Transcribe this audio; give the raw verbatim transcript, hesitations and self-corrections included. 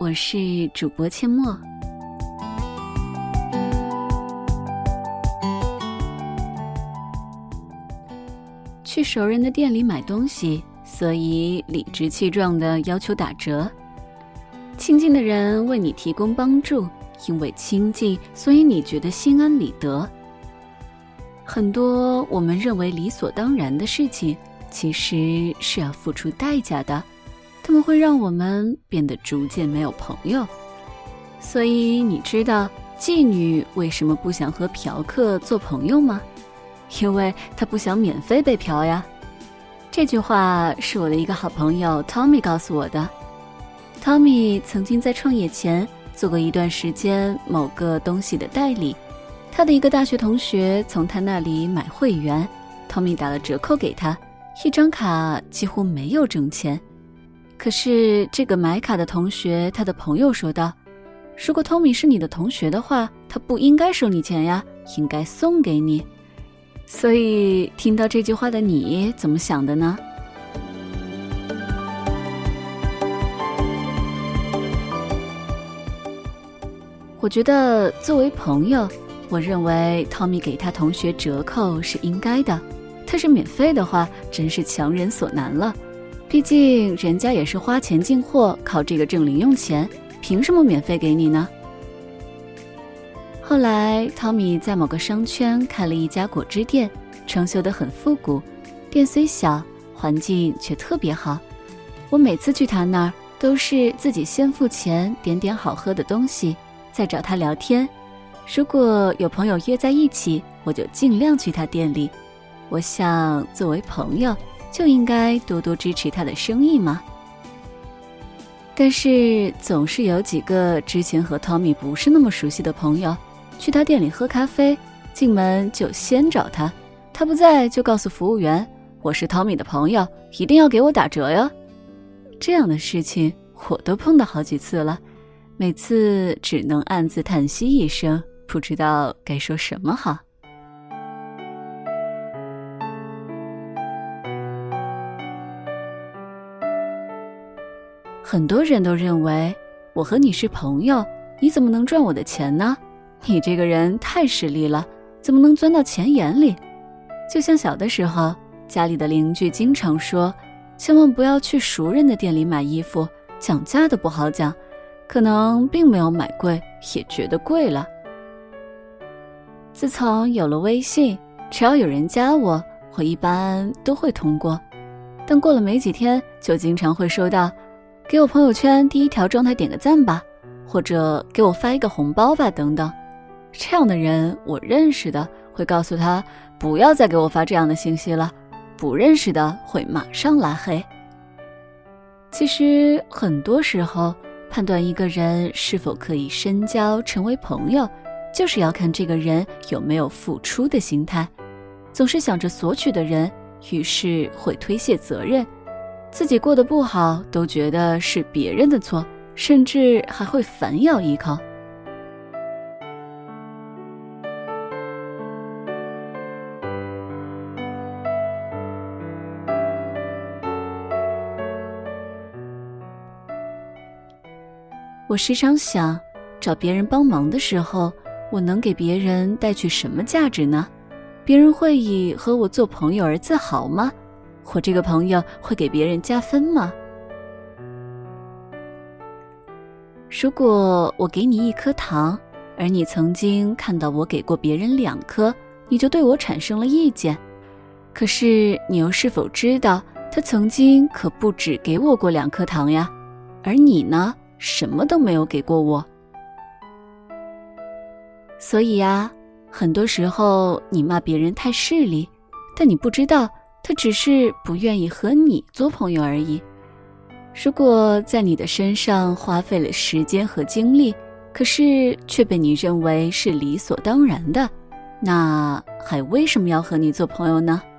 我是主播阡陌。去熟人的店里买东西，所以理直气壮地要求打折。亲近的人为你提供帮助，因为亲近，所以你觉得心安理得。很多我们认为理所当然的事情，其实是要付出代价的，它们会让我们变得逐渐没有朋友。所以你知道妓女为什么不想和嫖客做朋友吗？因为她不想免费被嫖呀。这句话是我的一个好朋友 Tommy 告诉我的。Tommy 曾经在创业前做过一段时间某个东西的代理，他的一个大学同学从他那里买会员， Tommy 打了折扣给他，一张卡几乎没有挣钱。可是这个买卡的同学，他的朋友说道，如果 Tommy 是你的同学的话，他不应该收你钱呀，应该送给你。所以听到这句话的你怎么想的呢？我觉得作为朋友，我认为 Tommy 给他同学折扣是应该的，他是免费的话，真是强人所难了。毕竟人家也是花钱进货，靠这个挣零用钱，凭什么免费给你呢？后来 Tommy 在某个商圈开了一家果汁店，装修得很复古，店虽小，环境却特别好。我每次去他那儿，都是自己先付钱，点点好喝的东西，再找他聊天。如果有朋友约在一起，我就尽量去他店里。我想作为朋友，就应该多多支持他的生意嘛。但是总是有几个之前和 Tommy 不是那么熟悉的朋友，去他店里喝咖啡，进门就先找他，他不在就告诉服务员，我是 Tommy 的朋友，一定要给我打折哟。这样的事情我都碰到好几次了，每次只能暗自叹息一声，不知道该说什么好。很多人都认为我和你是朋友，你怎么能赚我的钱呢？你这个人太势利了，怎么能钻到钱眼里？就像小的时候，家里的邻居经常说，千万不要去熟人的店里买衣服，讲价的不好讲，可能并没有买贵，也觉得贵了。自从有了微信，只要有人加我，我一般都会通过，但过了没几天，就经常会收到给我朋友圈第一条状态点个赞吧，或者给我发一个红包吧等等。这样的人我认识的会告诉他不要再给我发这样的信息了，不认识的会马上拉黑。其实很多时候判断一个人是否可以深交成为朋友，就是要看这个人有没有付出的心态。总是想着索取的人，于是会推卸责任，自己过得不好都觉得是别人的错，甚至还会反咬一口。我时常想，找别人帮忙的时候，我能给别人带去什么价值呢？别人会以和我做朋友而自豪吗？我这个朋友会给别人加分吗？如果我给你一颗糖，而你曾经看到我给过别人两颗，你就对我产生了意见。可是你又是否知道，他曾经可不止给我过两颗糖呀？而你呢，什么都没有给过我。所以啊，很多时候你骂别人太势利，但你不知道他只是不愿意和你做朋友而已。如果在你的身上花费了时间和精力，可是却被你认为是理所当然的，那还为什么要和你做朋友呢？